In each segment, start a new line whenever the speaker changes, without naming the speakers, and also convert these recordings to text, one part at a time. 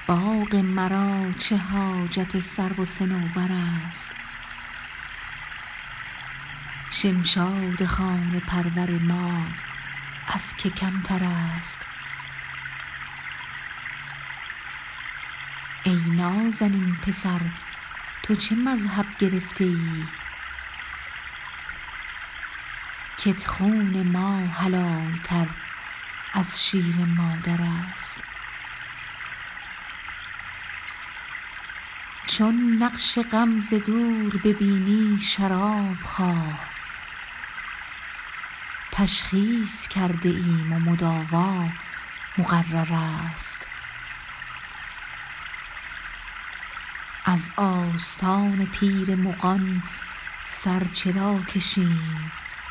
باغ مرا چه حاجت سرو و صنوبر است. شمشاد خانه پرور ما از که کمتر است. ای نازنین پسر تو چه مذهب گرفته ای؟ کت خون ما حلال تر از شیر مادر است. چون نقش غم ز دور ببینی شراب خواه. تشخیص کرده ایم و مداوا مقرر است. از آستان پیر مغان سر چرا کشیم؟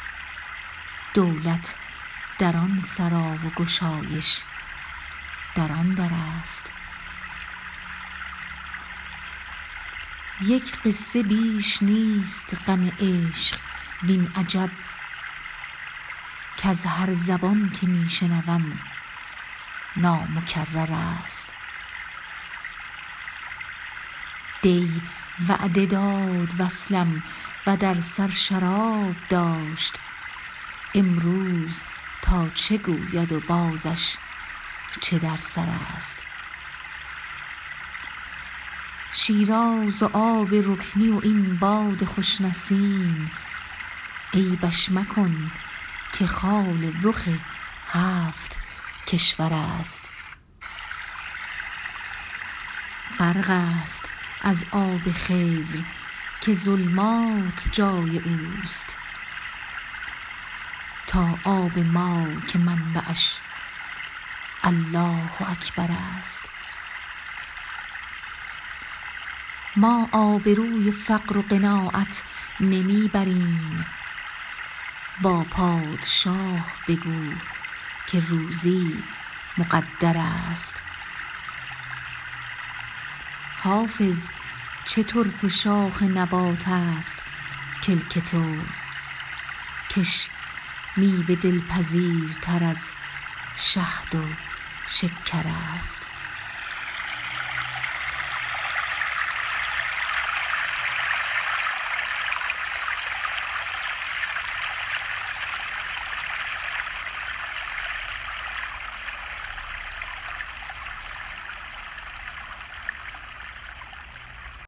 دولت در آن سرا و گشایش در آن در است. یک قصه بیش نیست غم عشق وین عجب، کز هر زبان که می شنوم نامکرر است. دی وعده داد وصلم و در سر شراب داشت. امروز تا چه گوید و بازش چه در سر است. شیراز و آب رکنی و این باد خوش نسیم، عیبش مکن که خال رخ 7 کشور است. فرق است از آب خضر که ظلمات جای اوست، تا آب ما که منبعش الله اکبر است. ما آبروی فقر و قناعت نمی بریم. با پادشاه بگو که روزی مقدر است. حافظ چه طرفه شاخ نبات است کلک تو، کش میوه دلپذیرتر از شهد و شکر است.